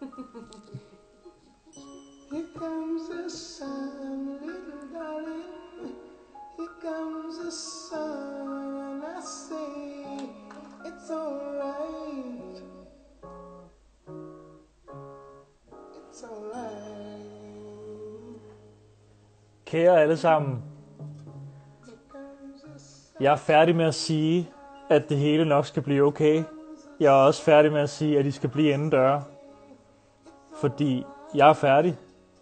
Here comes the sun, little darling. Here comes the sun. I say it's alright. It's alright. Kære alle sammen, jeg er færdig med at sige, at det hele nok skal blive okay. Jeg er også færdig med at sige, at I skal blive indendøre. Fordi jeg er færdig.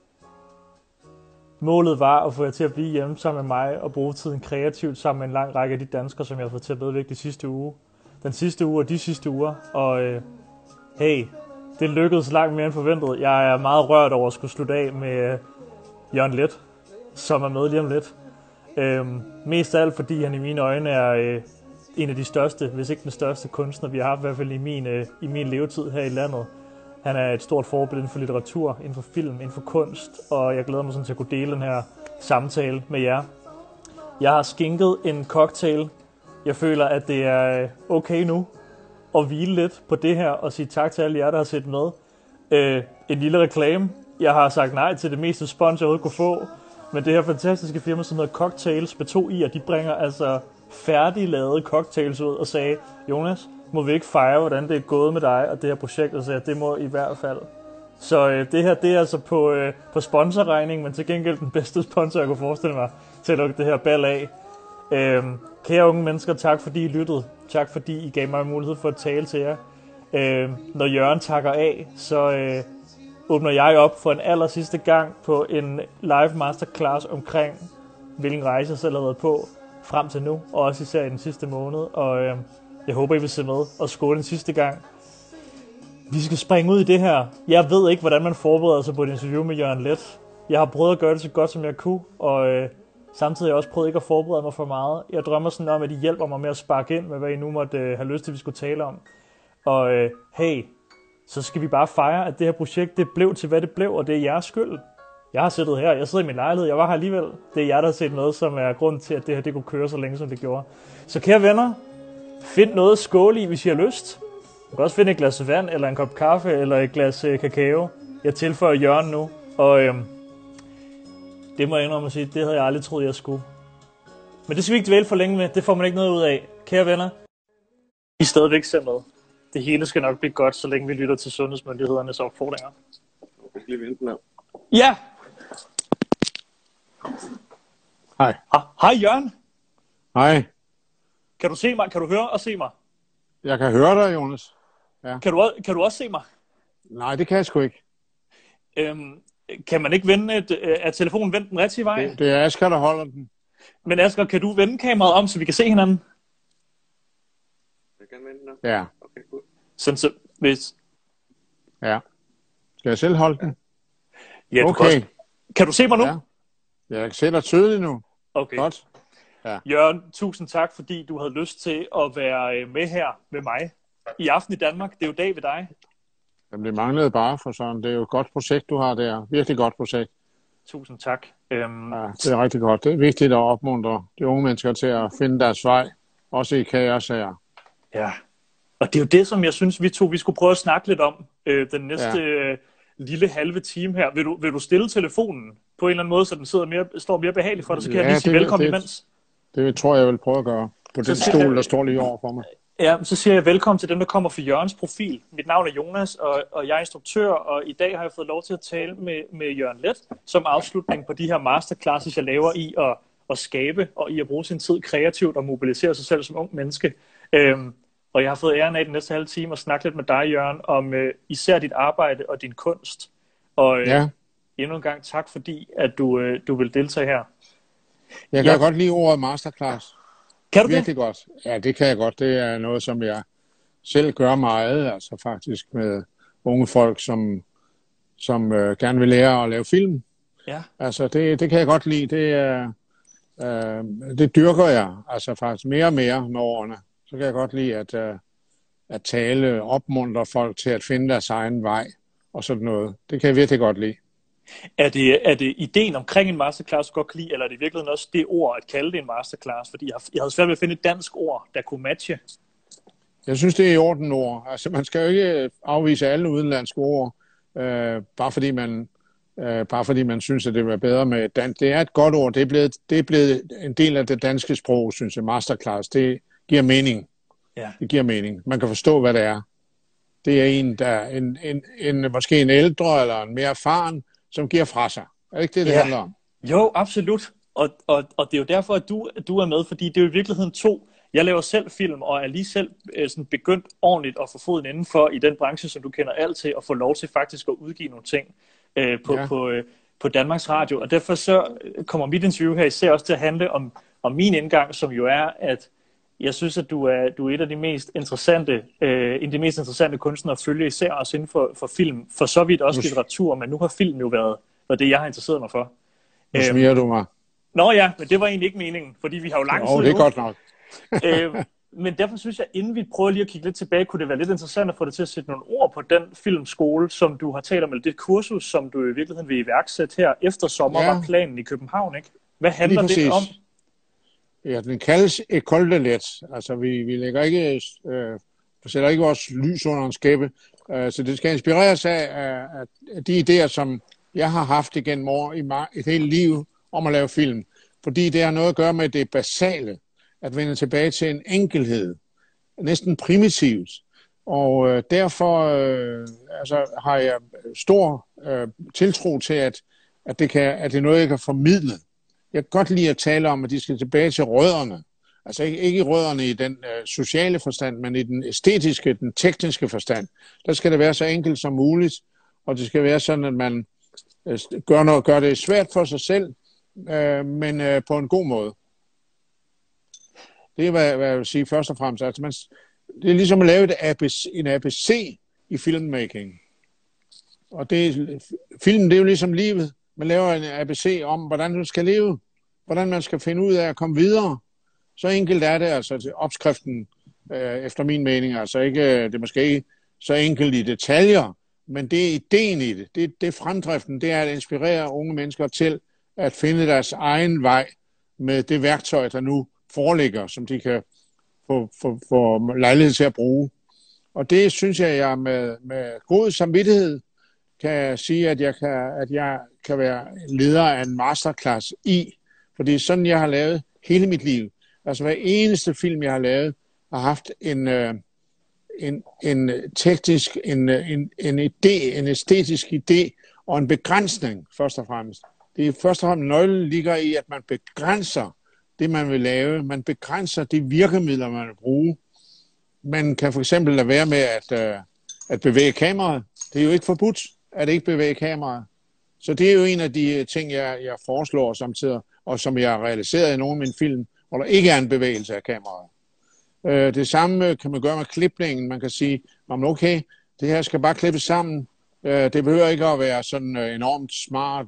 Målet var at få jer til at blive hjemme sammen med mig og bruge tiden kreativt sammen med en lang række af de danskere, som jeg har fået til at medvirke de sidste uge. Den sidste uge og de sidste uger. Og hey, det lykkedes langt mere end forventet. Jeg er meget rørt over at skulle slutte af med Jørgen Leth, som er med lige om lidt. Mest af alt, fordi han i mine øjne er en af de største, hvis ikke den største kunstner, vi har haft, i hvert fald i min levetid her i landet. Han er et stort forbillede inden for litteratur, inden for film, inden for kunst, og jeg glæder mig sådan til at kunne dele den her samtale med jer. Jeg har skænket en cocktail. Jeg føler, at det er okay nu at hvile lidt på det her og sige tak til alle jer, der har set med. En lille reklame. Jeg har sagt nej til det meste spons, jeg overhovedet kunne få. Men det her fantastiske firma, som hedder Cocktails med 2 i'er, de bringer altså færdiglavede cocktails ud og sagde, Jonas, må vi ikke fejre, hvordan det er gået med dig og det her projekt? Og sagde, det må i hvert fald. Så det her, det er altså på sponsorregning, men til gengæld den bedste sponsor, jeg kunne forestille mig til at lukke det her bal af. Kære unge mennesker, tak fordi I lyttede. Tak fordi I gav mig mulighed for at tale til jer. Når Jørgen takker af, så åbner jeg op for en aller sidste gang på en live masterclass omkring, hvilken rejse jeg selv har været på frem til nu, og også især i den sidste måned. Og jeg håber, I vil se med og skåle den sidste gang. Vi skal springe ud i det her. Jeg ved ikke, hvordan man forbereder sig på et interview med Jørgen Leth. Jeg har prøvet at gøre det så godt, som jeg kunne, og samtidig har jeg også prøvet ikke at forberede mig for meget. Jeg drømmer sådan om, at I hjælper mig med at sparke ind med, hvad I nu måtte have lyst til, at vi skulle tale om. Og hey, så skal vi bare fejre, at det her projekt, det blev til, hvad det blev, og det er jeres skyld. Jeg har siddet her, jeg sidder i min lejlighed, jeg var her alligevel. Det er jer, der har set noget, som er grund til, at det her det kunne køre så længe, som det gjorde. Så kære venner, find noget at skåle i, hvis I har lyst. Du kan også finde et glas vand, eller en kop kaffe, eller et glas kakao. Jeg tilføjer Jørgen nu, og det må jeg indrømme at sige, det havde jeg aldrig troet, jeg skulle. Men det skal vi ikke dvæle for længe med, det får man ikke noget ud af. Kære venner, I er stadigvæk ser med. Det hele skal nok blive godt, så længe vi lytter til sundhedsmyndighedernes opfordringer. Jeg skal lige vente med. Ja! Hej. Hej Jørgen. Hej. Kan du se mig? Kan du høre og se mig? Jeg kan høre dig, Jonas. Ja. Kan du også se mig? Nej, det kan jeg sgu ikke. Kan man ikke vende, er telefonen vendt den rigtige vej? Det er Asger, der holder den. Men Asger, kan du vende kameraet om, så vi kan se hinanden? Jeg kan vende den. Ja. Okay, cool. Sådan så, hvis... Ja. Skal jeg selv holde den? Ja, okay. Kan du se mig nu? Ja. Jeg kan se dig tydeligt nu. Okay. Godt. Ja. Jørgen, tusind tak, fordi du havde lyst til at være med her med mig i Aften i Danmark. Det er jo dag ved dig. Jamen, det manglede bare for sådan. Det er jo et godt projekt, du har der. Virkelig godt projekt. Tusind tak. Ja, det er rigtig godt. Det er vigtigt at opmuntre de unge mennesker til at finde deres vej. Også i kaossager. Ja, og det er jo det, som jeg synes, vi skulle prøve at snakke lidt om den næste lille halve time her. Vil du stille telefonen på en eller anden måde, så den står mere behageligt for dig, så kan jeg lige sige velkommen imens. Det tror jeg vil prøve at gøre på den stol, der står lige over for mig. Ja, så siger jeg velkommen til dem, der kommer fra Jørgens profil. Mit navn er Jonas, og jeg er instruktør, og i dag har jeg fået lov til at tale med Jørgen Leth som afslutning på de her masterclasses, jeg laver i at skabe og i at bruge sin tid kreativt og mobilisere sig selv som ung menneske. Og jeg har fået æren af den næste halve time at snakke lidt med dig, Jørgen, om især dit arbejde og din kunst. Og endnu en gang tak, fordi at du vil deltage her. Jeg kan godt lide ordet masterclass. Kan du virkelig godt? Ja, det kan jeg godt. Det er noget, som jeg selv gør meget, altså faktisk med unge folk, som gerne vil lære at lave film. Ja. Altså, det kan jeg godt lide. Det dyrker jeg, altså faktisk mere og mere med årene. Så kan jeg godt lide at tale, opmuntre folk til at finde deres egen vej og sådan noget. Det kan jeg virkelig godt lide. Er det ideen omkring en masterclass, du godt kan lide, eller er det i virkeligheden også det ord at kalde det en masterclass? Fordi jeg havde svært ved at finde et dansk ord, der kunne matche. Jeg synes, det er i orden ord. Altså, man skal jo ikke afvise alle udenlandske ord. bare fordi man synes, at det var bedre med dansk. Det er et godt ord. Det er blevet en del af det danske sprog, synes jeg. Masterclass. Det giver mening. Ja. Det giver mening. Man kan forstå, hvad det er. Det er en, der måske en ældre eller en mere erfaren, som giver fra sig. Er det ikke det handler om? Jo, absolut. Og det er jo derfor, at du er med, fordi det er jo i virkeligheden to. Jeg laver selv film, og er lige selv sådan begyndt ordentligt at få foden indenfor i den branche, som du kender alt til, og få lov til faktisk at udgive nogle ting på Danmarks Radio. Og derfor så kommer mit interview her især også til at handle om min indgang, som jo er, at jeg synes, at du er et af de mest interessante kunstnere at følge, især også inden for film. For så vidt også litteratur, men nu har film jo været det, jeg har interesseret mig for. Nu smiger du mig. Nå ja, men det var egentlig ikke meningen, fordi vi har jo lang tid det er godt nok. Men derfor synes jeg, inden vi prøver lige at kigge lidt tilbage, kunne det være lidt interessant at få det til at sætte nogle ord på den filmskole, som du har talt om, eller det kursus, som du i virkeligheden vil iværksætte her efter sommer, var planen i København, ikke? Hvad handler det om? Ja, den kaldes École de Lettres. Altså, vi lægger ikke, sætter ikke vores lys under en skæppe. Så det skal inspireres af de idéer, som jeg har haft igennem år i et helt liv om at lave film. Fordi det har noget at gøre med det basale. At vende tilbage til en enkelhed. Næsten primitivt. Og derfor har jeg stor tiltro til, at det er noget, jeg kan formidle. Jeg kan godt lide at tale om, at de skal tilbage til rødderne. Altså ikke rødderne i den sociale forstand, men i den æstetiske, den tekniske forstand. Der skal det være så enkelt som muligt, og det skal være sådan, at man gør det svært for sig selv, men på en god måde. Det er, hvad jeg vil sige først og fremmest. Altså det er ligesom at lave en ABC i filmmaking. Og filmen, det er jo ligesom livet. Man laver en ABC om, hvordan du skal leve. Hvordan man skal finde ud af at komme videre. Så enkelt er det, altså til opskriften, efter min mening. Altså det er måske ikke så enkelt i detaljer, men det er ideen i det. Det er fremdriften, det er at inspirere unge mennesker til at finde deres egen vej med det værktøj, der nu foreligger, som de kan få lejlighed til at bruge. Og det synes jeg med god samvittighed kan sige, at jeg kan være leder af en masterclass i. For det er sådan, jeg har lavet hele mit liv. Altså hver eneste film, jeg har lavet, har haft en teknisk, en idé, en æstetisk idé og en begrænsning, først og fremmest. Det er først og fremmest nøglen ligger i, at man begrænser det, man vil lave. Man begrænser de virkemidler, man vil bruge. Man kan for eksempel lade være med at bevæge kameraet. Det er jo ikke forbudt at ikke bevæge kameraet. Så det er jo en af de ting, jeg foreslår samtidig, og som jeg har realiseret i nogle af mine film, hvor der ikke er en bevægelse af kameraet. Det samme kan man gøre med klipningen. Man kan sige, okay, det her skal bare klippes sammen. Det behøver ikke at være sådan enormt smart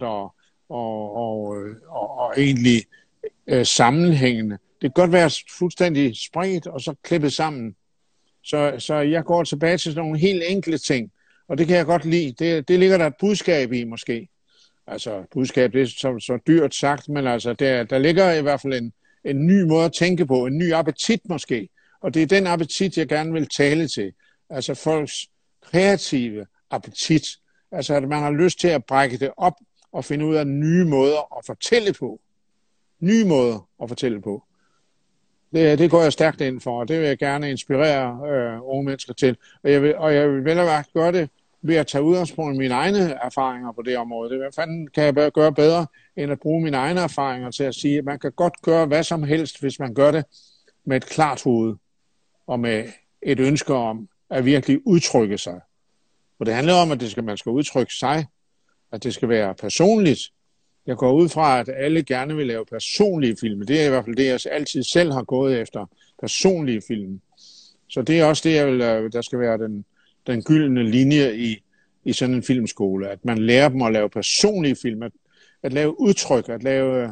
og egentlig sammenhængende. Det kan godt være fuldstændig spredt og så klippet sammen. Så jeg går tilbage til sådan nogle helt enkle ting, og det kan jeg godt lide. Det ligger der et budskab i måske. Altså budskab, det er så dyrt sagt, men altså der ligger i hvert fald en ny måde at tænke på, en ny appetit måske. Og det er den appetit, jeg gerne vil tale til. Altså folks kreative appetit. Altså at man har lyst til at brække det op og finde ud af nye måder at fortælle på. Nye måder at fortælle på. Det går jeg stærkt ind for, og det vil jeg gerne inspirere unge mennesker til. Og jeg vil vel og gøre det ved at tage udgangspunkt i mine egne erfaringer på det område. Hvad fanden kan jeg gøre bedre, end at bruge mine egne erfaringer til at sige, at man kan godt gøre hvad som helst, hvis man gør det med et klart hoved og med et ønske om at virkelig udtrykke sig. Og det handler om, at man skal udtrykke sig, at det skal være personligt. Jeg går ud fra, at alle gerne vil lave personlige film. Det er i hvert fald det, jeg altid selv har gået efter. Personlige film. Så det er også det, der skal være den gyldne linje i sådan en filmskole. At man lærer dem at lave personlige film. At lave udtryk. At lave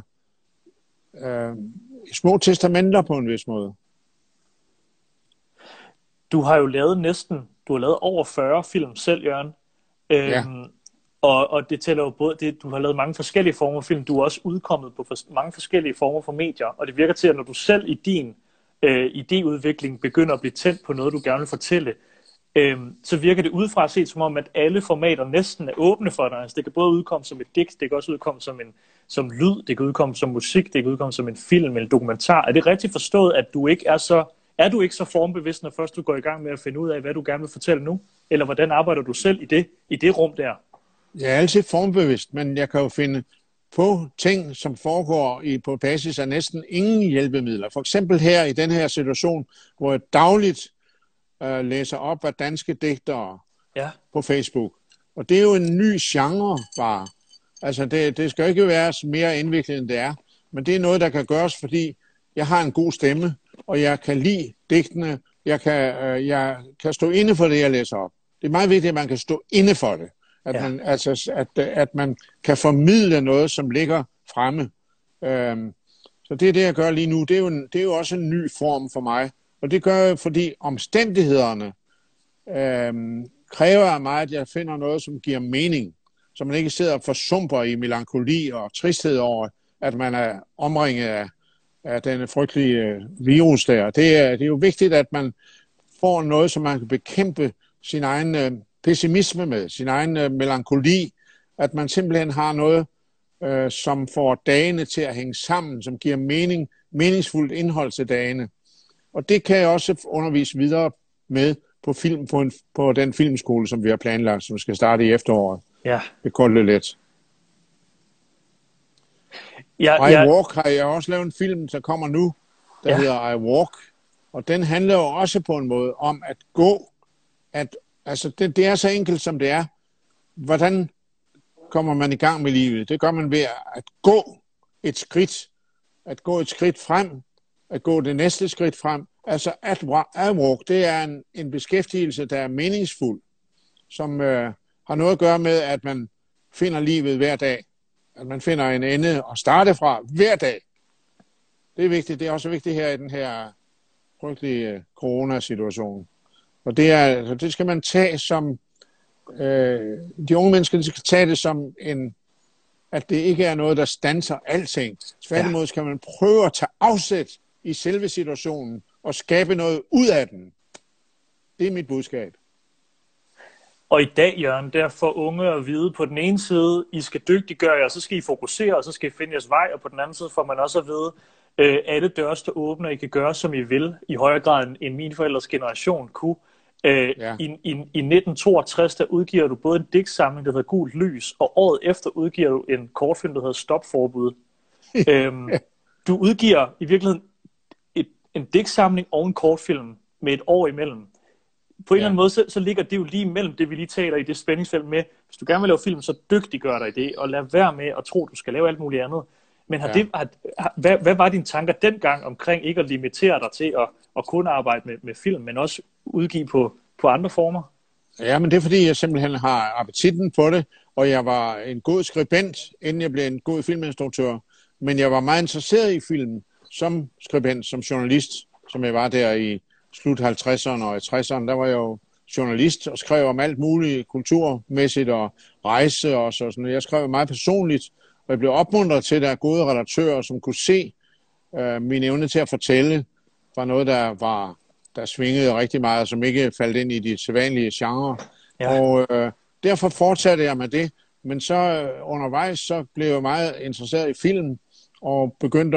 små testamenter på en vis måde. Du har jo lavet over 40 film selv, Jørgen. Ja. Og det tæller jo både, du har lavet mange forskellige former for film, du er også udkommet på mange forskellige former for medier, og det virker til, at når du selv i din idéudvikling begynder at blive tændt på noget, du gerne vil fortælle, så virker det udefra set som om, at alle formater næsten er åbne for dig. Altså, det kan både udkomme som et digt, det kan også udkomme som lyd, det kan udkomme som musik, det kan udkomme som en film eller dokumentar. Er det rigtigt forstået, at du ikke er du ikke så formbevidst, når først du går i gang med at finde ud af, hvad du gerne vil fortælle nu? Eller hvordan arbejder du selv i det rum der? Jeg er altid formbevidst, men jeg kan jo finde på ting, som foregår på basis af næsten ingen hjælpemidler. For eksempel her i den her situation, hvor jeg dagligt læser op af danske digtere på Facebook. Og det er jo en ny genre bare. Altså det skal ikke være mere indviklet, end det er. Men det er noget, der kan gøres, fordi jeg har en god stemme, og jeg kan lide digtene. Jeg kan stå inde for det, jeg læser op. Det er meget vigtigt, at man kan stå inde for det. At man kan formidle noget, som ligger fremme. Så det er det, jeg gør lige nu. Det er jo også en ny form for mig. Og det gør jeg, fordi omstændighederne kræver af mig, at jeg finder noget, som giver mening. Så man ikke sidder og forsumper i melankoli og tristhed over, at man er omringet af denne frygtelige virus der. Det er jo vigtigt, at man får noget, som man kan bekæmpe sin egen pessimisme med, sin egen melankoli. At man simpelthen har noget, som får dagene til at hænge sammen, som giver meningsfuldt indhold til dagene. Og det kan jeg også undervise videre med på film på den filmskole, som vi har planlagt, som skal starte i efteråret. Ja. Det kolde let. I Walk har jeg også lavet en film, der kommer nu, der hedder I Walk. Og den handler jo også på en måde om at gå. Altså det er så enkelt, som det er. Hvordan kommer man i gang med livet? Det gør man ved at gå et skridt. At gå et skridt frem. At gå det næste skridt frem. Altså at walk, det er en beskæftigelse, der er meningsfuld. Som har noget at gøre med, at man finder livet hver dag. At man finder en ende at starte fra hver dag. Det er vigtigt. Det er også vigtigt her i den her frygtelige coronasituation. Og det skal man tage som de unge mennesker, de skal tage det som at det ikke er noget, der standser alting. Tværtimod skal man prøve at tage afsæt i selve situationen og skabe noget ud af den. Det er mit budskab. Og i dag, Jørgen, der får unge at vide på den ene side, I skal dygtiggøre jer, og så skal I fokusere, og så skal I finde jeres vej, og på den anden side får man også at vide, alle døre står åbne, I kan gøre, som I vil, i højere grad end min forældres generation kunne. I 1962, der udgiver du både en digtsamling, der hedder Gult Lys, og året efter udgiver du en kortfilm, der hedder Stopforbud. Du udgiver i virkeligheden en digtsamling og en kortfilm med et år imellem. På en eller anden måde, så ligger det jo lige imellem det, vi lige taler i det spændingsfelt med, hvis du gerne vil lave film, så dygtiggør dig i det, og lad være med at tro, du skal lave alt muligt andet. Men hvad var dine tanker dengang omkring ikke at limitere dig til at kun arbejde med film, men også udgive på andre former? Ja, men det er fordi, jeg simpelthen har appetitten på det, og jeg var en god skribent, inden jeg blev en god filminstruktør. Men jeg var meget interesseret i film som skribent, som journalist, som jeg var der i slut 50'erne og i 60'erne. Der var jeg jo journalist og skrev om alt muligt kulturmæssigt og rejse og sådan. Jeg skrev meget personligt, og jeg blev opmuntret til, at der er gode redaktører, som kunne se min evne til at fortælle, var noget, der svingede rigtig meget, som ikke faldt ind i de sædvanlige genrer. Ja. Og derfor fortsatte jeg med det. Men så undervejs, så blev jeg meget interesseret i film, og begyndte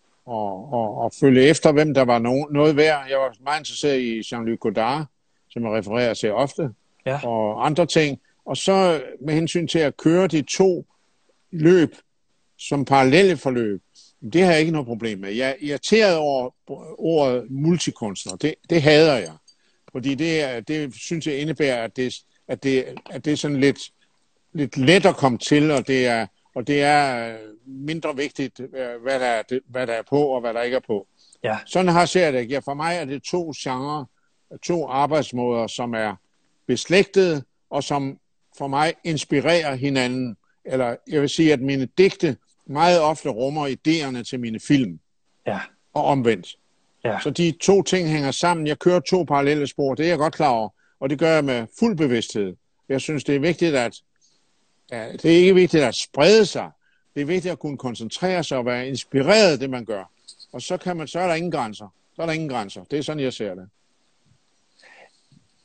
at følge efter, hvem der var noget værd. Jeg var meget interesseret i Jean-Luc Godard, som jeg refererer til ofte, og andre ting. Og så med hensyn til at køre de to løb som parallelle forløb, det har jeg ikke noget problem med. Jeg er irriteret over ordet multikunstner. Det hader jeg. Fordi det synes jeg indebærer, at det er sådan lidt let at komme til, og det er mindre vigtigt, hvad der er på, og hvad der ikke er på. Ja. Sådan ser jeg det. Ja, for mig er det to genrer, to arbejdsmåder, som er beslægtede, og som for mig inspirerer hinanden. Eller jeg vil sige, at mine digte meget ofte rummer idéerne til mine film. Ja. Og omvendt. Ja. Så de to ting hænger sammen. Jeg kører to parallelle spor, det er jeg godt klar over. Og det gør jeg med fuld bevidsthed. Jeg synes, det er vigtigt, det er ikke vigtigt at sprede sig. Det er vigtigt at kunne koncentrere sig og være inspireret af det, man gør. Og så er der ingen grænser. Det er sådan, jeg ser det.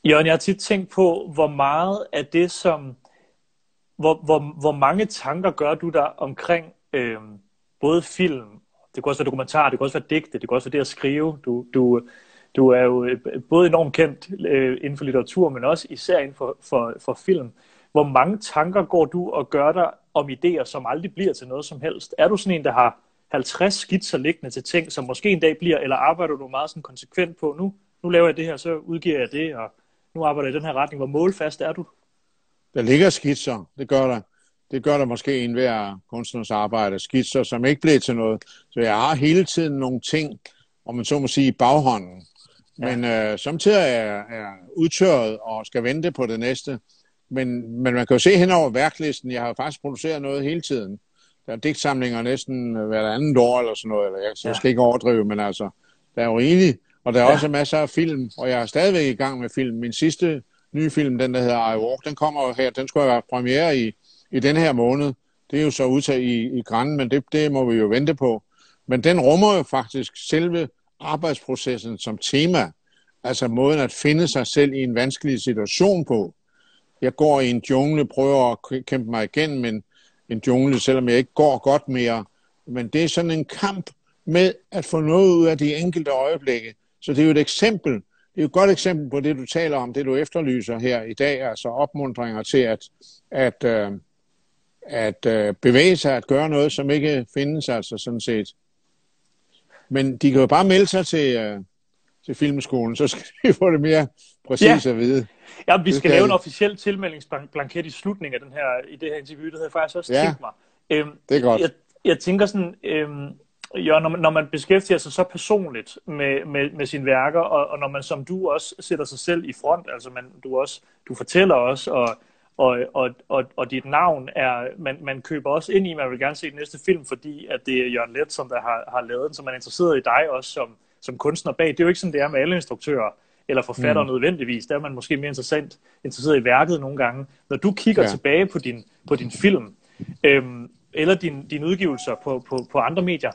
Jørgen, jeg har tit tænkt på, hvor meget af det, som... Hvor mange tanker gør du der omkring både film, det kan også være dokumentar, det kan også være digte, det kan også være det at skrive. Du er jo både enormt kendt inden for litteratur, men også især inden for film. Hvor mange tanker går du og gør dig om idéer, som aldrig bliver til noget som helst? Er du sådan en, der har 50 skitser liggende til ting, som måske en dag bliver, eller arbejder du meget sådan konsekvent på, nu laver jeg det her, så udgiver jeg det, og nu arbejder jeg i den her retning. Hvor målfast er du? Der ligger skitser, det gør der. Det gør der måske i enhver kunstners arbejde. Skitser, som ikke bliver til noget. Så jeg har hele tiden nogle ting, om man så må sige, i baghånden. Men samtidig er jeg udtørret og skal vente på det næste. Men man kan jo se hen over værklisten, jeg har faktisk produceret noget hele tiden. Der er digtsamlinger næsten hver andet år eller sådan noget. Eller jeg skal ikke overdrive, men altså, der er jo rigeligt. Og der er også masser af film, og jeg er stadigvæk i gang med film. Min sidste nye film, den der hedder I Walk, den kommer jo her. Den skulle have været premiere i den her måned. Det er jo så udtaget i Grannen, men det må vi jo vente på. Men den rummer jo faktisk selve arbejdsprocessen som tema. Altså måden at finde sig selv i en vanskelig situation på. Jeg går i en jungle, prøver at kæmpe mig igennem en jungle, selvom jeg ikke går godt mere. Men det er sådan en kamp med at få noget ud af de enkelte øjeblikke. Så det er jo et eksempel. Det er jo et godt eksempel på det, du taler om, det du efterlyser her i dag, altså opmuntringer til at bevæge sig, at gøre noget, som ikke findes, altså sådan set. Men de kan jo bare melde sig til filmskolen, så skal de få det mere præcis at vide. Ja, vi skal lave en officiel tilmeldingsblanket i slutningen af i det her interview, det havde jeg faktisk også tænkt mig. Det er godt. Jeg tænker sådan, Jørgen, når man beskæftiger sig så personligt med sine værker, og når man som du også sætter sig selv i front, altså du fortæller også, og dit navn er, man køber også ind i, man vil gerne se den næste film, fordi at det er Jørgen Leth, som der har lavet den, så man er interesseret i dig også som kunstner bag. Det er jo ikke sådan, det er med alle instruktører eller forfattere nødvendigvis. Der er man måske mere interesseret i værket nogle gange. Når du kigger tilbage på din film, eller dine udgivelser på andre medier,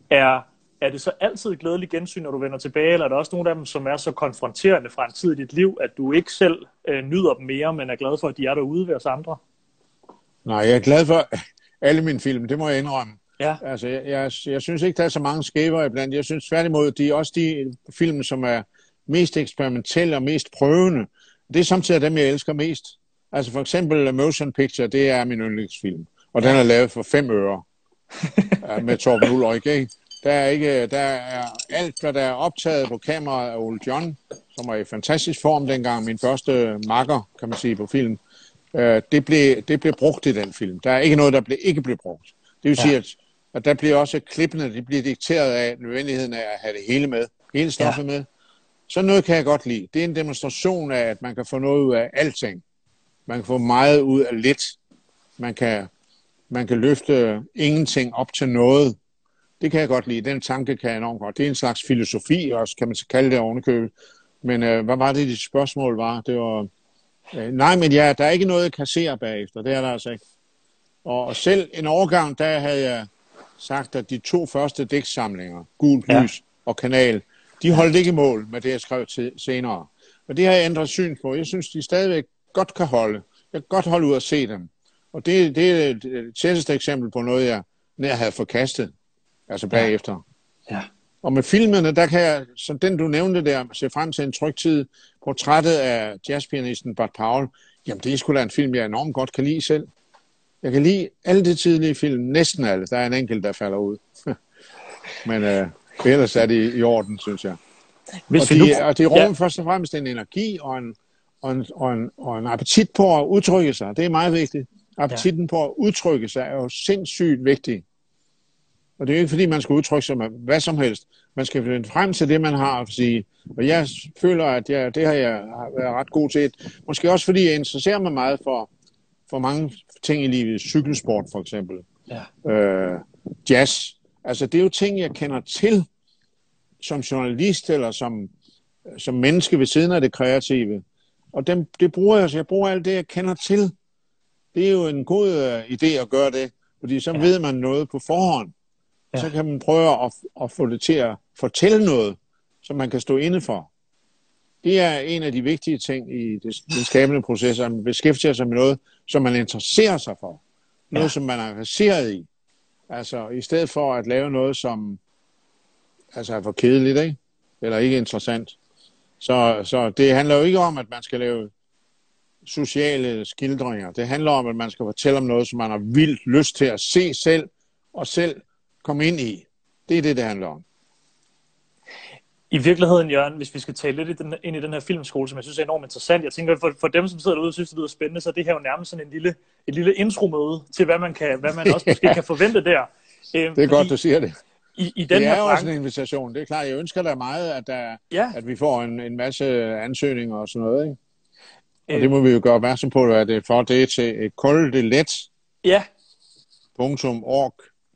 er det så altid et glædeligt gensyn, når du vender tilbage, eller er der også nogle af dem, som er så konfronterende fra en tid i dit liv, at du ikke selv nyder dem mere, men er glad for, at de er derude ved os andre? Nej, jeg er glad for alle mine film, det må jeg indrømme. Ja. Altså, jeg synes ikke, der er så mange skæver iblandt. Jeg synes tværtimod, de er også de film, som er mest eksperimentelle og mest prøvende. Det er samtidig dem, jeg elsker mest. Altså for eksempel Motion Picture, det er min yndlingsfilm. Og den er lavet for 5 øre med Torben Ulrik, ikke? Der er alt, hvad der er optaget på kameraet af Ole John, som var i fantastisk form dengang, min første makker, kan man sige, på film. Det blev brugt i den film. Der er ikke noget, der ikke blev brugt. Det vil sige, at der bliver også klippene, de bliver dikteret af nødvendigheden af at have det hele med, hele stoffet med. Sådan noget kan jeg godt lide. Det er en demonstration af, at man kan få noget ud af alting. Man kan få meget ud af lidt. Man kan løfte ingenting op til noget. Det kan jeg godt lide. Den tanke kan jeg enormt godt. Det er en slags filosofi også, kan man så kalde det ovenikøbet. Men hvad var det, dit spørgsmål var? Det var... nej, men der er ikke noget, jeg kasserer bagefter. Det er der altså ikke. Og selv en overgang, der havde jeg sagt, at de 2 første digtsamlinger, Gul Lys og Kanal, de holdt ikke mål med det, jeg skrev til senere. Og det har jeg ændret syn på. Jeg synes, de stadigvæk godt kan holde. Jeg kan godt holde ud at se dem. Og det er det tætteste eksempel på noget, jeg nær havde forkastet. Altså bagefter. Ja. Og med filmene, der kan jeg, som den du nævnte der, se frem til en tryg tid, portrættet af jazzpianisten Bud Powell. Jamen, det er sgu da en film, jeg enormt godt kan lide selv. Jeg kan lide alle de tidlige film, næsten alle. Der er en enkelt, der falder ud. Men ellers er det i orden, synes jeg. Og de rummer først og fremmest en energi og en appetit på at udtrykke sig. Det er meget vigtigt. Appetitten på at udtrykke sig er jo sindssygt vigtig. Og det er jo ikke, fordi man skal udtrykke sig med hvad som helst. Man skal finde frem til det, man har at sige. Og jeg føler, at det har jeg været ret god til. Måske også, fordi jeg interesserer mig meget for mange ting i livet. Cykelsport, for eksempel. Ja. Jazz. Altså, det er jo ting, jeg kender til som journalist eller som menneske ved siden af det kreative. Og det bruger jeg, så jeg bruger alt det, jeg kender til. Det er jo en god idé at gøre det, fordi så ved man noget på forhånd. Så kan man prøve at få det til at fortælle noget, som man kan stå inde for. Det er en af de vigtige ting i den skabende proces, at man beskæftiger sig med noget, som man interesserer sig for. Noget, som man er engageret i. Altså, i stedet for at lave noget, som altså er for kedeligt, ikke? Eller ikke interessant. Så det handler jo ikke om, at man skal lave sociale skildringer. Det handler om, at man skal fortælle om noget, som man har vildt lyst til at se selv, og selv komme ind i. Det er det handler om. I virkeligheden, Jørgen, hvis vi skal tale lidt ind i den her filmskole, som jeg synes er enormt interessant. Jeg tænker, for dem, som sidder derude og synes, det lyder spændende, så er det her jo nærmest sådan et lille intromøde til, hvad man også måske kan forvente der. Det er godt, du siger det. I den det her er jo også en invitation. Det er klart, jeg ønsker da meget, at vi får en masse ansøgninger og sådan noget, ikke? Og det må vi jo gøre opmærksom på, at det er for det til koldelet.org.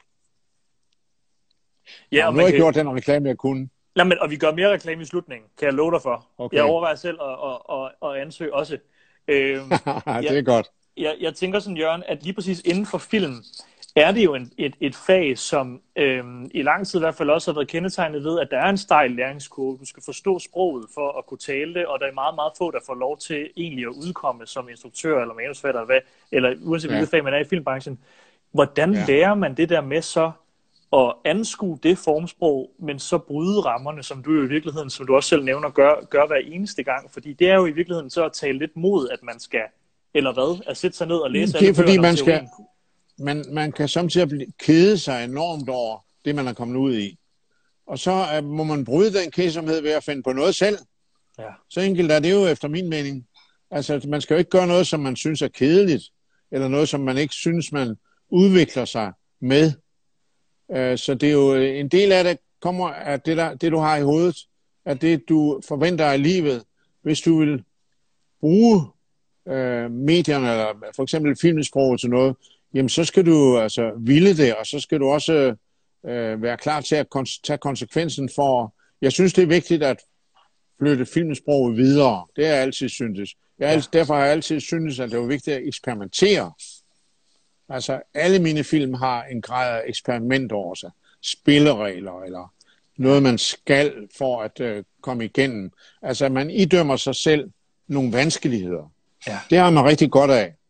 Ja, og nu har jeg gjort den reklame, jeg kunne. Nej, men, og vi gør mere reklame i slutningen, kan jeg love dig for. Okay. Jeg overvejer selv at ansøge også. Det er godt. Jeg tænker sådan, Jørgen, at lige præcis inden for film, er det jo et fag, som i lang tid i hvert fald også har været kendetegnet ved, at der er en stejl læringskurve. Du skal forstå sproget for at kunne tale det, og der er meget, meget få, der får lov til egentlig at udkomme som instruktør eller manusforfatter, eller uanset hvilket fag man er i filmbranchen. Hvordan lærer man det der med så at anskue det formsprog, men så bryde rammerne, som du jo i virkeligheden, som du også selv nævner, gør hver eneste gang? Fordi det er jo i virkeligheden så at tale lidt mod, at man skal, eller hvad, at sætte sig ned og læse alle bøgerne om teorien. Man kan samtidig kede sig enormt over det, man er kommet ud i. Og så må man bryde den kedsomhed ved at finde på noget selv. Ja. Så enkelt er det jo efter min mening. Altså, man skal jo ikke gøre noget, som man synes er kedeligt, eller noget, som man ikke synes, man udvikler sig med. Så det er jo en del af det, kommer af det, du har i hovedet, at det, du forventer af livet, hvis du vil bruge medierne, eller for eksempel filmsproget til noget, jamen så skal du altså ville det, og så skal du også være klar til at tage konsekvensen for. Jeg synes, det er vigtigt at flytte filmsproget videre. Det har jeg altid syntes. Derfor har jeg altid syntes, at det var vigtigt at eksperimentere. Altså, alle mine film har en grad af eksperiment over sig. Spilleregler, eller noget, man skal for at komme igennem. Altså, man idømmer sig selv nogle vanskeligheder. Ja. Det har man rigtig godt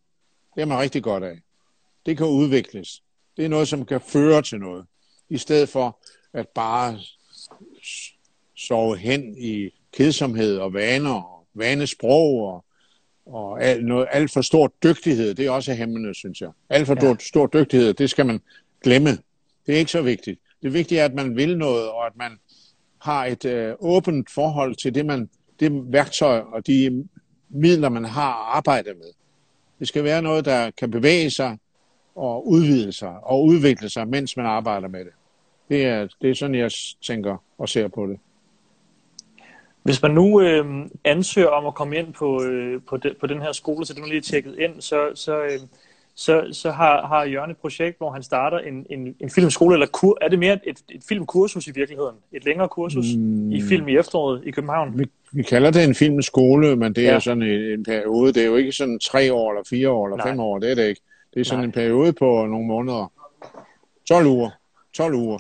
af. Det kan udvikles. Det er noget, som kan føre til noget. I stedet for at bare sove hen i kedsomhed og vaner, og vanesprog og alt for stor dygtighed. Det er også hæmmende, synes jeg. Alt for stor dygtighed, det skal man glemme. Det er ikke så vigtigt. Det vigtige er, at man vil noget, og at man har et åbent forhold til det værktøj og de midler, man har at arbejde med. Det skal være noget, der kan bevæge sig og udvide sig og udvikle sig, mens man arbejder med det. Det er sådan, jeg tænker og ser på det. Hvis man nu ansøger om at komme ind på den her skole, så det er lige tjekket ind, så har Jørgen et projekt, hvor han starter en filmskole, eller er det mere et filmkursus i virkeligheden? Et længere kursus i film i efteråret i København? Vi kalder det en filmskole, men det er sådan en periode. Det er jo ikke sådan 3 år, eller 4 år, eller 5 år. Det er det ikke. Det er sådan en periode på nogle måneder. 12 uger. 12 uger.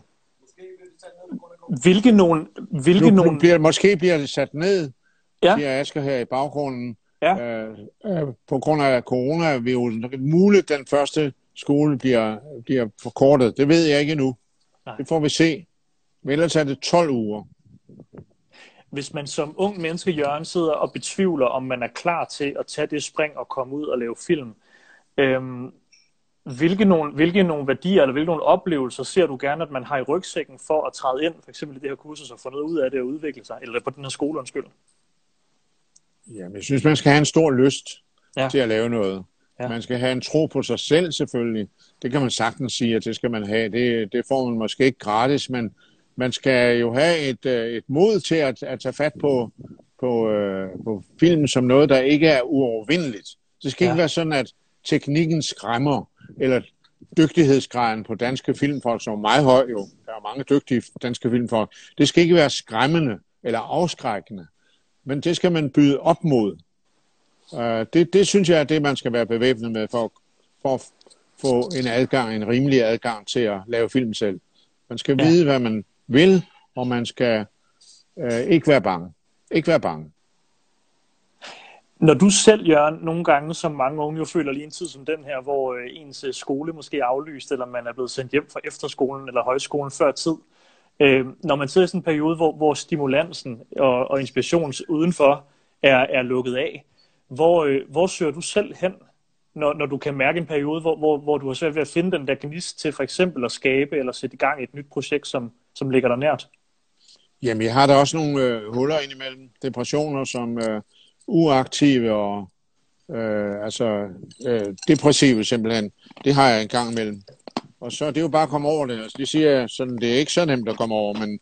Måske bliver det sat ned, siger Asger her i baggrunden, på grund af coronavirusen. Det er muligt, at den første skole bliver forkortet. Det ved jeg ikke endnu. Nej. Det får vi se. Men ellers er det 12 uger. Hvis man som ung menneske, Jørgen, sidder og betvivler, om man er klar til at tage det spring og komme ud og lave film, hvilke nogle værdier eller hvilke nogle oplevelser ser du gerne, at man har i rygsækken for at træde ind, for eksempel i det her kursus, og få noget ud af det og udvikle sig, eller på den her skole, undskyld? Jamen, jeg synes, man skal have en stor lyst til at lave noget. Ja. Man skal have en tro på sig selv, selvfølgelig. Det kan man sagtens sige, at det skal man have. Det får man måske ikke gratis, men man skal jo have et mod til at tage fat på film som noget, der ikke er uovervindeligt. Det skal ikke være sådan, at teknikken skræmmer, eller dygtighedsgraden på danske filmfolk, som er meget høj jo. Der er mange dygtige danske filmfolk. Det skal ikke være skræmmende eller afskrækkende, men det skal man byde op mod. Det synes jeg er det, man skal være bevæbnet med for at få en rimelig adgang til at lave film selv. Man skal vide, hvad man vil, og man skal ikke være bange. Ikke være bange. Når du selv, Jørgen, nogle gange, som mange unge jo føler lige en tid som den her, hvor ens skole måske er aflyst, eller man er blevet sendt hjem fra efterskolen eller højskolen før tid, når man sidder i sådan en periode, hvor stimulansen og inspirationen udenfor er lukket af, hvor søger du selv hen, når du kan mærke en periode, hvor du har svært ved at finde den der gnist til for eksempel at skabe eller sætte i gang et nyt projekt, som ligger dig nært? Jamen, jeg har da også nogle huller indimellem. Depressioner som uaktive og depressive simpelthen. Det har jeg en gang imellem. Og så det er jo bare at komme over det. Altså, de siger sådan, det er ikke så nemt at komme over,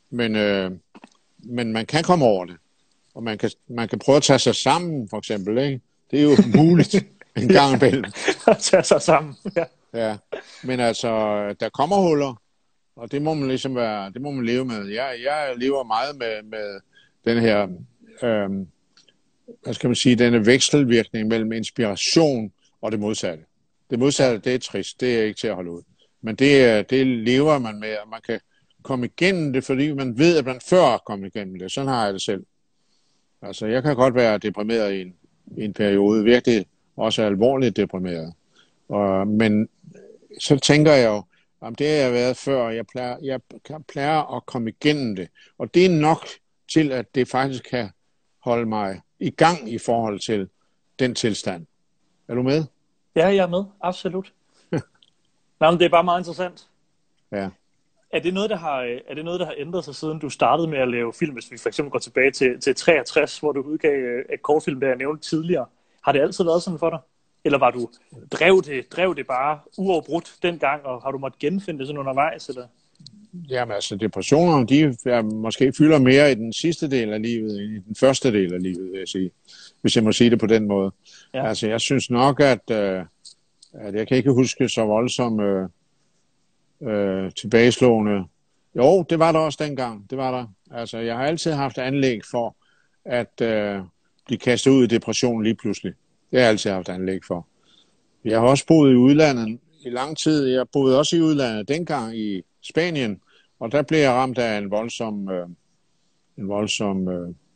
men man kan komme over det. Og man kan prøve at tage sig sammen, for eksempel. Ikke? Det er jo muligt en gang imellem. At tage sig sammen, ja. Ja. Men altså, der kommer huller, og det må man ligesom det må man leve med. Jeg lever meget med den her, hvad skal man sige, denne vekselvirkning mellem inspiration og det modsatte. Det modsatte, det er trist, det er ikke til at holde ud. Men det lever man med, og man kan komme igennem det, fordi man ved, at man før kom igennem det. Sådan har jeg det selv. Altså, jeg kan godt være deprimeret i en periode, virkelig også alvorligt deprimeret. Men så tænker jeg jo, om det har jeg været før, jeg plejer at komme igennem det. Og det er nok til, at det faktisk kan holde mig i gang i forhold til den tilstand. Er du med? Ja, jeg er med. Absolut. Nej, men det er bare meget interessant. Ja. Er det noget, der har ændret sig, siden du startede med at lave film? Hvis vi for eksempel går tilbage til 63, hvor du udgav et kortfilm, der jeg nævnte tidligere. Har det altid været sådan for dig? Eller var du drev det bare uafbrudt dengang, og har du måttet genfinde det sådan undervejs? Eller? Jamen altså, depressioner, de måske fylder mere i den sidste del af livet, end i den første del af livet, vil jeg sige. Hvis jeg må sige det på den måde. Ja. Altså, jeg synes nok, at jeg kan ikke huske så voldsomt tilbageslående. Jo, det var der også dengang. Det var der. Altså, jeg har altid haft anlæg for at blive kastet ud i depression lige pludselig. Det har jeg altid haft anlæg for. Jeg har også boet i udlandet i lang tid. Jeg boede også i udlandet dengang i Spanien, og der blev jeg ramt af en voldsom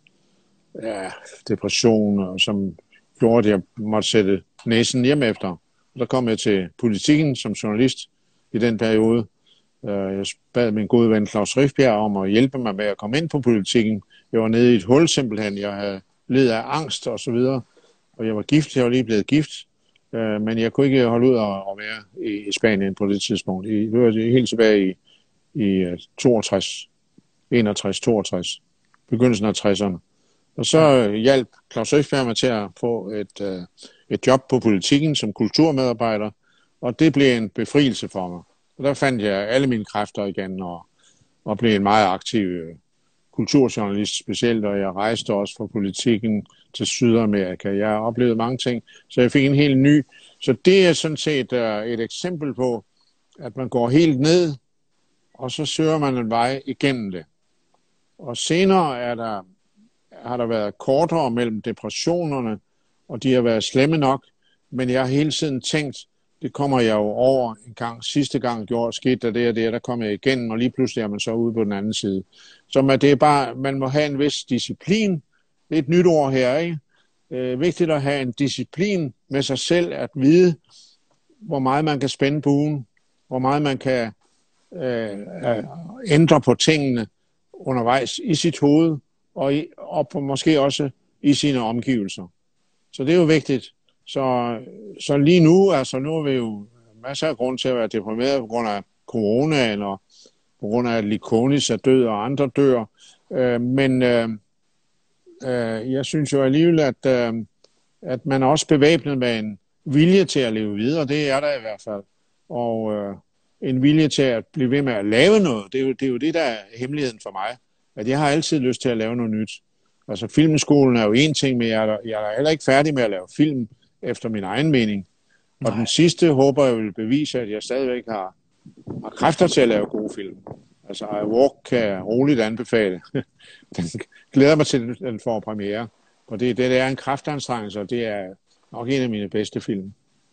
depression, som gjorde, at jeg måtte sætte næsen hjem efter. Og der kom jeg til politikken som journalist i den periode. Jeg bad min gode ven Claus Rifbjerg om at hjælpe mig med at komme ind på politikken. Jeg var nede i et hul simpelthen. Jeg havde ledet af angst og så videre. Og jeg var gift. Jeg var lige blevet gift. Men jeg kunne ikke holde ud at være i Spanien på det tidspunkt. Det var helt tilbage i 62, 61, 62. Begyndelsen af 60'erne. Og så hjalp Claus Rifbjerg mig til at få et job på politikken som kulturmedarbejder. Og det blev en befrielse for mig. Og der fandt jeg alle mine kræfter igen og blev en meget aktiv kulturjournalist specielt, og jeg rejste også fra politikken til Sydamerika. Jeg har oplevet mange ting, så jeg fik en helt ny. Så det er sådan set et eksempel på, at man går helt ned, og så søger man en vej igennem det. Og senere har der været kortere mellem depressionerne, og de har været slemme nok, men jeg har hele tiden tænkt, det kommer jeg jo over en gang. Sidste gang skete der det, der kom jeg igennem, og lige pludselig er man så ude på den anden side. Så det er bare, man må have en vis disciplin. Det er et nyt ord her, ikke? Vigtigt at have en disciplin med sig selv, at vide, hvor meget man kan spænde buen, hvor meget man kan ændre på tingene undervejs i sit hoved, og måske også i sine omgivelser. Så det er jo vigtigt. Så lige nu, altså nu er vi jo masser af grund til at være deprimeret på grund af coronaen, og på grund af, at Likonis er død, og andre dør. Men jeg synes jo alligevel, at man er også bevæbnet med en vilje til at leve videre. Det er der i hvert fald. Og en vilje til at blive ved med at lave noget. Det er jo det, der er hemmeligheden for mig. At jeg har altid lyst til at lave noget nyt. Altså filmskolen er jo en ting, men jeg er heller ikke færdig med at lave film efter min egen mening. Og den sidste håber jeg vil bevise, at jeg stadigvæk har kræfter til at lave gode film. Altså I Walk kan jeg roligt anbefale. Den glæder mig til, at den får premiere. Og det er en kraftanstrengelse, og det er nok en af mine bedste film.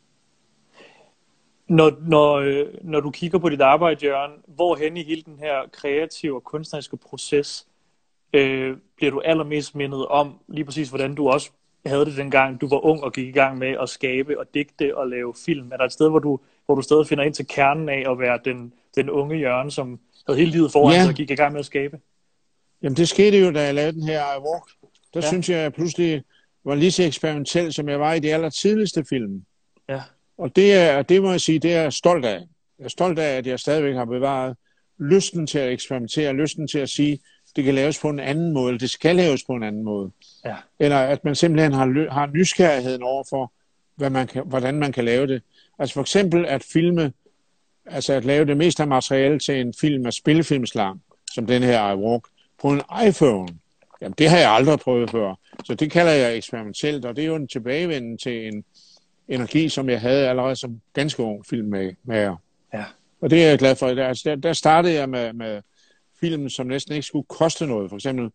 Når du kigger på dit arbejde, Jørgen, hvorhen i hele den her kreative og kunstneriske proces bliver du allermest mindet om lige præcis, hvordan du også havde det dengang, du var ung og gik i gang med at skabe og digte og lave film? Er der et sted, hvor du stadig finder ind til kernen af at være den unge Jørgen, som havde hele livet foran sig og gik i gang med at skabe? Jamen det skete jo, da jeg lavede den her I Walk. Der synes jeg pludselig var lige så eksperimentel, som jeg var i de allertidligste film. Ja. Og det må jeg sige, det er jeg stolt af. Jeg er stolt af, at jeg stadigvæk har bevaret lysten til at eksperimentere, lysten til at sige, det kan laves på en anden måde, eller det skal laves på en anden måde. Ja. Eller at man simpelthen har nysgerrigheden over for, hvordan man kan lave det. Altså for eksempel at filme, altså at lave det meste af materiale til en film af spillefilmslang, som den her I Walk, på en iPhone. Jamen det har jeg aldrig prøvet før. Så det kalder jeg eksperimentelt, og det er jo en tilbagevenden til en energi, som jeg havde allerede som ganske ung filmmager. Ja. Og det er jeg glad for. Der startede jeg med film, som næsten ikke skulle koste noget. For eksempel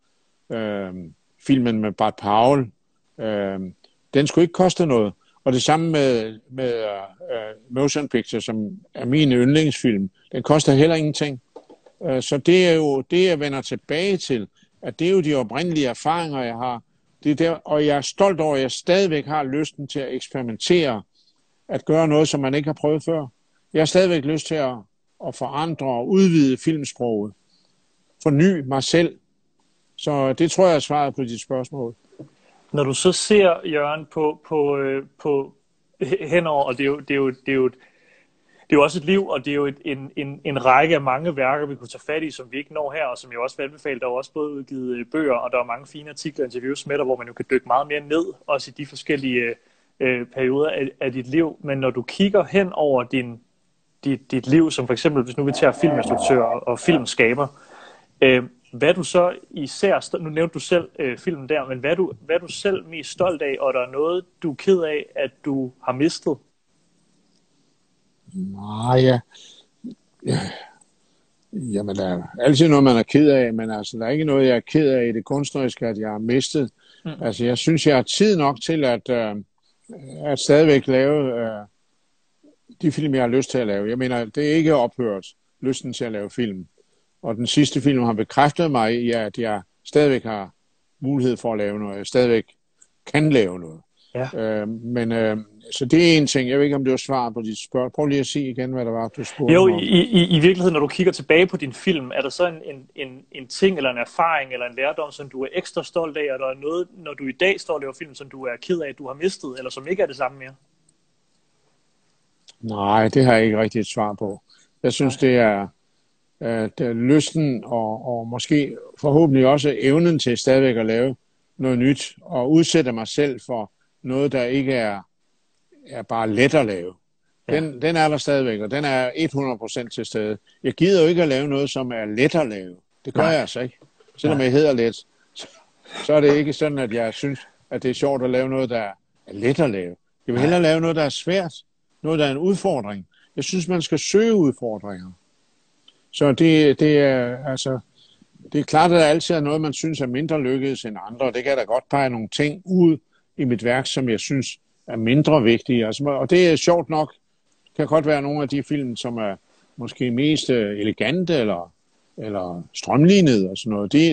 filmen med Bart Powell. Den skulle ikke koste noget. Og det samme med Motion Picture, som er min yndlingsfilm. Den koster heller ingenting. Så det er jo det, jeg vender tilbage til. At det er jo de oprindelige erfaringer, jeg har. Det er der, og jeg er stolt over, at jeg stadigvæk har lysten til at eksperimentere. At gøre noget, som man ikke har prøvet før. Jeg har stadigvæk lyst til at forandre og udvide filmsproget. Forny mig selv. Så det tror jeg er svaret på dit spørgsmål. Når du så ser, Jørgen, på henover, og det er jo også et liv, og det er jo en række af mange værker, vi kunne tage fat i, som vi ikke når her, og som jeg også vil anbefale. Der er også både udgivet bøger, og der er mange fine artikler og interviews med dig, hvor man jo kan dykke meget mere ned, også i de forskellige perioder af dit liv. Men når du kigger hen over dit liv, som for eksempel, hvis nu vi tager filminstruktør og filmskaber, hvad du så især, nu nævnte du selv filmen der, men hvad er du selv mest stolt af, og der er noget, du er ked af, at du har mistet? Nej, jamen der er altid noget, man er ked af, men altså, der er ikke noget, jeg er ked af i det kunstneriske, at jeg har mistet. Altså, jeg synes, jeg har tid nok til at stadigvæk lave de film, jeg har lyst til at lave. Jeg mener, det er ikke ophørt, lysten til at lave film. Og den sidste film har bekræftet mig i, at jeg stadigvæk har mulighed for at lave noget. Jeg stadigvæk kan lave noget. Ja. Så det er en ting. Jeg ved ikke, om det var svar på dit spørgsmål. Prøv lige at sige igen, hvad der var, du spurgte om. Jo, i virkeligheden, når du kigger tilbage på din film, er der så en ting, eller en erfaring, eller en lærdom, som du er ekstra stolt af, og der er noget, når du i dag står og laver film, som du er ked af, at du har mistet, eller som ikke er det samme mere? Nej, det har jeg ikke rigtig et svar på. Jeg synes, det er lysten og måske forhåbentlig også evnen til stadigvæk at lave noget nyt og udsætte mig selv for noget, der ikke er bare let at lave. Den er der stadigvæk, og den er 100% til stede. Jeg gider jo ikke at lave noget, som er let at lave. Det gør jeg altså ikke. Selvom jeg hedder let, så er det ikke sådan, at jeg synes, at det er sjovt at lave noget, der er let at lave. Jeg vil hellere lave noget, der er svært. Noget, der er en udfordring. Jeg synes, man skal søge udfordringer. Så det er klart, at der altid er noget, man synes er mindre lykkedes end andre, og det kan da godt pege nogle ting ud i mit værk, som jeg synes er mindre vigtige. Altså, og det er sjovt nok, kan godt være nogle af de film, som er måske mest elegante eller strømlignede og sådan noget.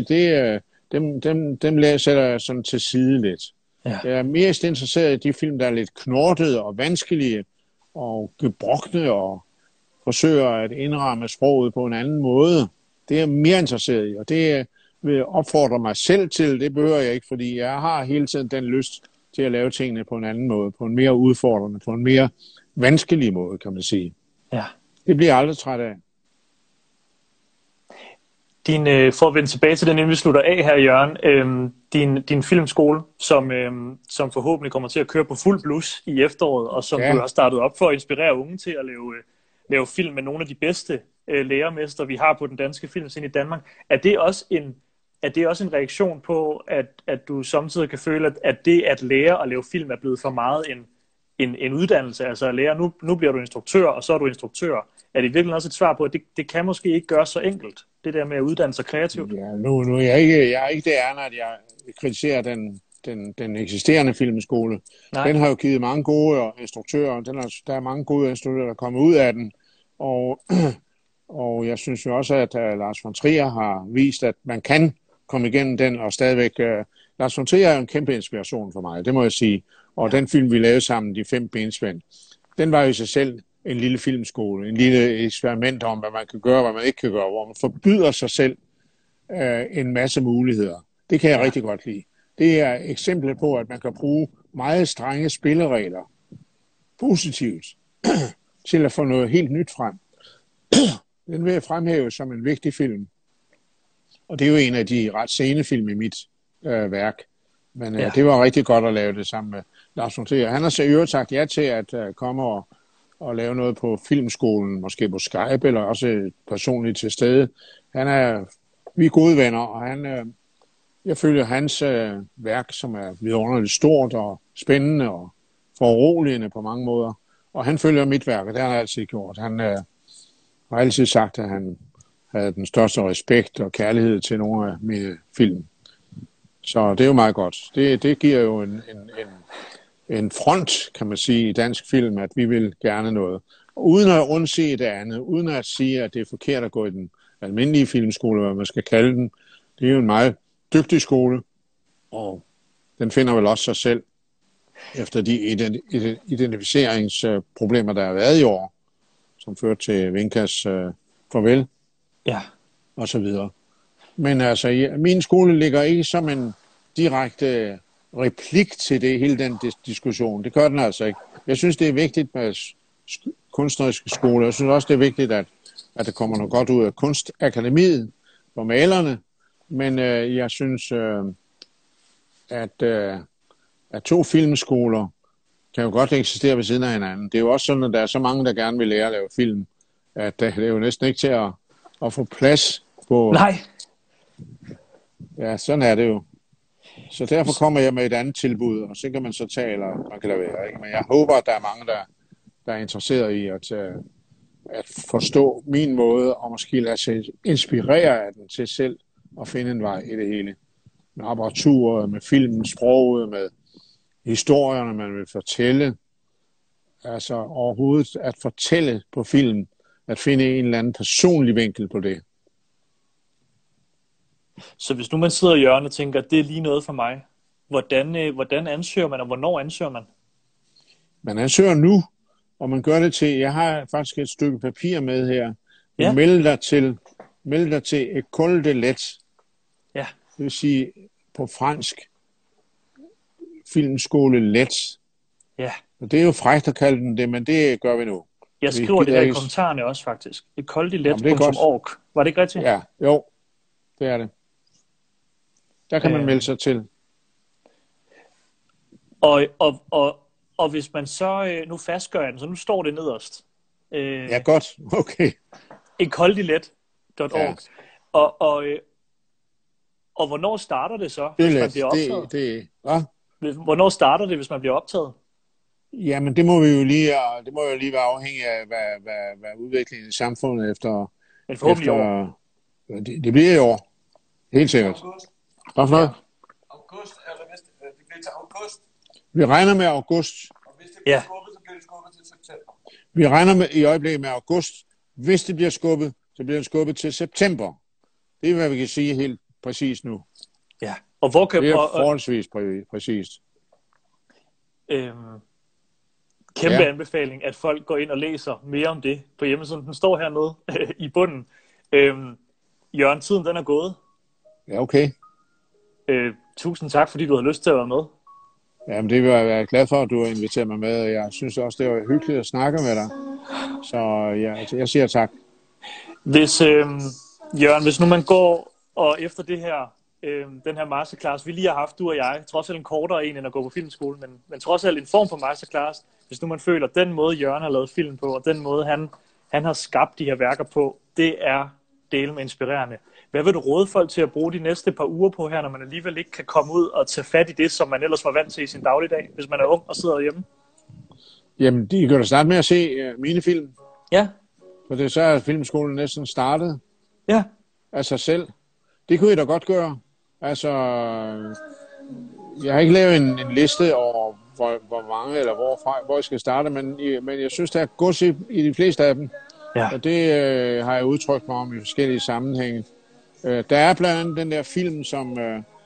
Dem sætter jeg sådan til side lidt. Ja. Jeg er mest interesseret i de film, der er lidt knortede og vanskelige og gebrokne og forsøger at indramme sproget på en anden måde. Det er jeg mere interesseret i, og det vil jeg opfordre mig selv til. Det behøver jeg ikke, fordi jeg har hele tiden den lyst til at lave tingene på en anden måde, på en mere udfordrende, på en mere vanskelig måde, kan man sige. Ja. Det bliver jeg aldrig træt af. For at vende tilbage til den, inden vi slutter af her, Jørgen, din filmskole, som forhåbentlig kommer til at køre på fuld blus i efteråret, og som du har startet op for at inspirere unge til at lave film med nogle af de bedste lærermester, vi har på den danske filmscene i Danmark. Er det også en reaktion på, at du samtidig kan føle, at det at lære at lave film er blevet for meget en uddannelse? Altså at lære, nu bliver du instruktør, og så er du instruktør. Er det virkelig også et svar på, at det kan måske ikke gøres så enkelt, det der med at uddanne sig kreativt? Ja, nu er jeg er ikke det ærne, at jeg kritiserer den eksisterende filmskole. Nej. Den har jo givet mange gode instruktører, der er mange gode instruktører, der kommer ud af den, og jeg synes jo også, at Lars von Trier har vist, at man kan komme igennem den og stadigvæk Lars von Trier er jo en kæmpe inspiration for mig, det må jeg sige. Og den film, vi lavede sammen, De 5 benspænd, den var jo i sig selv en lille filmskole, en lille eksperiment om, hvad man kan gøre, hvad man ikke kan gøre, hvor man forbyder sig selv en masse muligheder. Det kan jeg rigtig godt lide. Det er eksempler på, at man kan bruge meget strenge spilleregler positivt til at få noget helt nyt frem. Den vil jeg fremhæve som en vigtig film. Og det er jo en af de ret sene film i mit værk. Men det var rigtig godt at lave det sammen med Lars von Trier. Han har seriøst sagt ja til at komme og lave noget på filmskolen, måske på Skype, eller også personligt til stede. Vi er gode venner, og jeg følger hans værk, som er vidunderligt stort og spændende og foruroligende på mange måder. Og han følger mit værk, og det har han altid gjort. Han har altid sagt, at han havde den største respekt og kærlighed til nogle af mine film. Så det er jo meget godt. Det giver jo en front, kan man sige, i dansk film, at vi vil gerne noget. Og uden at undse det andet, uden at sige, at det er forkert at gå i den almindelige filmskole, hvad man skal kalde den. Det er jo en meget dygtig skole, og den finder vel også sig selv efter de identificeringsproblemer, der har været i år, som førte til Vinkas farvel, og så videre. Men altså, min skole ligger ikke som en direkte replik til det, hele den diskussion. Det gør den altså ikke. Jeg synes, det er vigtigt med kunstneriske skoler. Jeg synes også, det er vigtigt, at der kommer noget godt ud af Kunstakademiet for malerne. Men jeg synes, at 2 filmskoler kan jo godt eksistere ved siden af hinanden. Det er jo også sådan, at der er så mange, der gerne vil lære at lave film, at det er jo næsten ikke til at få plads på... Nej. Ja, sådan er det jo. Så derfor kommer jeg med et andet tilbud, og så kan man så tage, eller man kan lade være. Ikke? Men jeg håber, at der er mange, der er interesseret i at forstå min måde, og måske lade sig inspirere af den til selv at finde en vej i det hele. Med apparaturet, med filmen, sproget, med historierne, man vil fortælle. Altså overhovedet at fortælle på film, at finde en eller anden personlig vinkel på det. Så hvis nu man sidder i hjørnet og tænker, at det er lige noget for mig, hvordan ansøger man, og hvornår ansøger man? Man ansøger nu, og man gør det til, jeg har faktisk et stykke papir med her. Ja. Meld dig til École de Lettres. Ja. Det vil sige på fransk, filmskole Lettres. Ja. Og det er jo frækt at kalde den det, men det gør vi nu. Jeg skriver det her i kommentarerne også faktisk. Écoledelettres.org. Var det ikke rigtigt? Ja, jo. Det er det. Der kan man melde sig til. Og hvis man så, nu fastgør jeg den, så nu står det nederst. Ja, godt. Okay. Écoledelettres.org. Ja. Og hvornår starter det så, hvis man bliver optaget? Hvornår starter det, hvis man bliver optaget? Jamen, det må jo lige være afhængig af, hvad udviklingen i samfundet efter... Men forhåbentlig år. Det bliver i år. Helt sikkert. Hvad for noget? August, eller hvis det bliver til august. Vi regner med august. Og hvis det bliver skubbet, så bliver det skubbet til september. Vi regner med i øjeblikket med august. Hvis det bliver skubbet, så bliver det skubbet til september. Det er, hvad vi kan sige helt præcis nu. Ja. Og hvor kan... Det er forholdsvis præcist. Kæmpe anbefaling, at folk går ind og læser mere om det på hjemmesiden. Den står hernede i bunden. Jørgen, tiden den er gået. Ja, okay. Tusind tak, fordi du havde lyst til at være med. Jamen, det vil jeg være glad for, at du har inviteret mig med. Jeg synes også, det var hyggeligt at snakke med dig. Så jeg siger tak. Hvis, Jørgen, hvis nu man går og efter det her, den her masterclass, vi lige har haft, du og jeg, trods alt en kortere en, end at gå på filmskole, men trods alt en form for masterclass, hvis nu man føler, at den måde, Jørgen har lavet film på, og den måde, han har skabt de her værker på, det er dele med inspirerende. Hvad vil du råde folk til at bruge de næste par uger på her, når man alligevel ikke kan komme ud og tage fat i det, som man ellers var vant til i sin dagligdag, hvis man er ung og sidder hjemme? Jamen, de kan da starte med at se mine film. Ja. For det så er filmskolen næsten startet. Ja. Af sig selv. Det kunne I da godt gøre. Altså, jeg har ikke lavet en liste over, hvor mange eller hvor jeg skal starte, men jeg synes, der er gods i de fleste af dem. Ja. Og det har jeg udtrykt mig om i forskellige sammenhænge. Der er blandt andet den der film,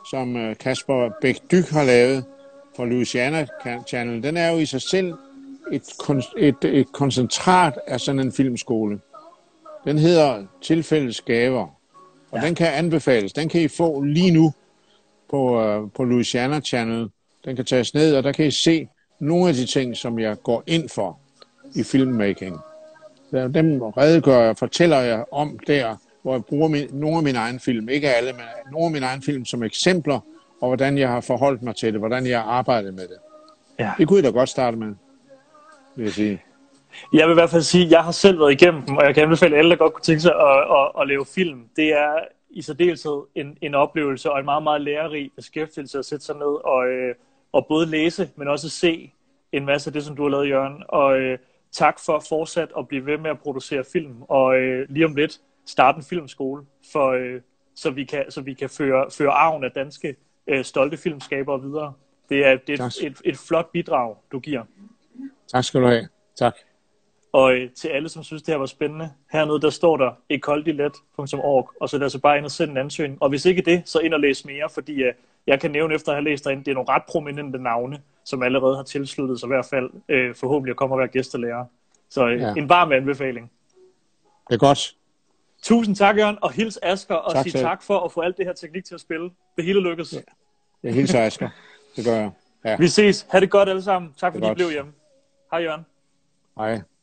som Kasper Bæk Dyk har lavet for Louisiana Channel, den er jo i sig selv et koncentrat af sådan en filmskole. Den hedder Tilfældets Gaver, og den kan anbefales. Den kan I få lige nu på Louisiana Channel. Den kan tages ned, og der kan I se nogle af de ting, som jeg går ind for i filmmaking. Dem fortæller jeg om der, hvor jeg bruger nogle af mine egne film. Ikke alle, men nogle af mine egne film som eksempler, og hvordan jeg har forholdt mig til det, hvordan jeg har arbejdet med det. Ja. Det kunne I da godt starte med, vil jeg sige. Jeg vil i hvert fald sige, at jeg har selv været igennem dem, og jeg kan anbefale alle, der godt kunne tænke sig at lave film. Det er i særdeleshed en oplevelse og en meget, meget lærerig beskæftigelse at sætte sig ned og både læse, men også se en masse af det, som du har lavet, Jørgen. Og tak for fortsat at blive ved med at producere film, og lige om lidt starte en filmskole, så vi kan føre arven af danske stolte filmskabere videre. Det er et flot bidrag, du giver. Tak skal du have. Tak. Og til alle, som synes, det her var spændende, hernede der står der ecoldilet.org, og så er der altså bare ind og sende en ansøgning. Og hvis ikke det, så ind og læs mere, fordi jeg kan nævne efter at have læst derinde, det er nogle ret prominente navne, som allerede har tilsluttet sig i hvert fald forhåbentlig at komme og være gæstelærer. Så en varm anbefaling. Det er godt. Tusind tak, Jørgen, og hils Asger, og sig tak for at få alt det her teknik til at spille. Det hele lykkes. Ja. Jeg hilser Asger. Det gør jeg. Ja. Vi ses. Ha' det godt alle sammen. Tak fordi I blev hjemme. Hej, Jørgen. Hej.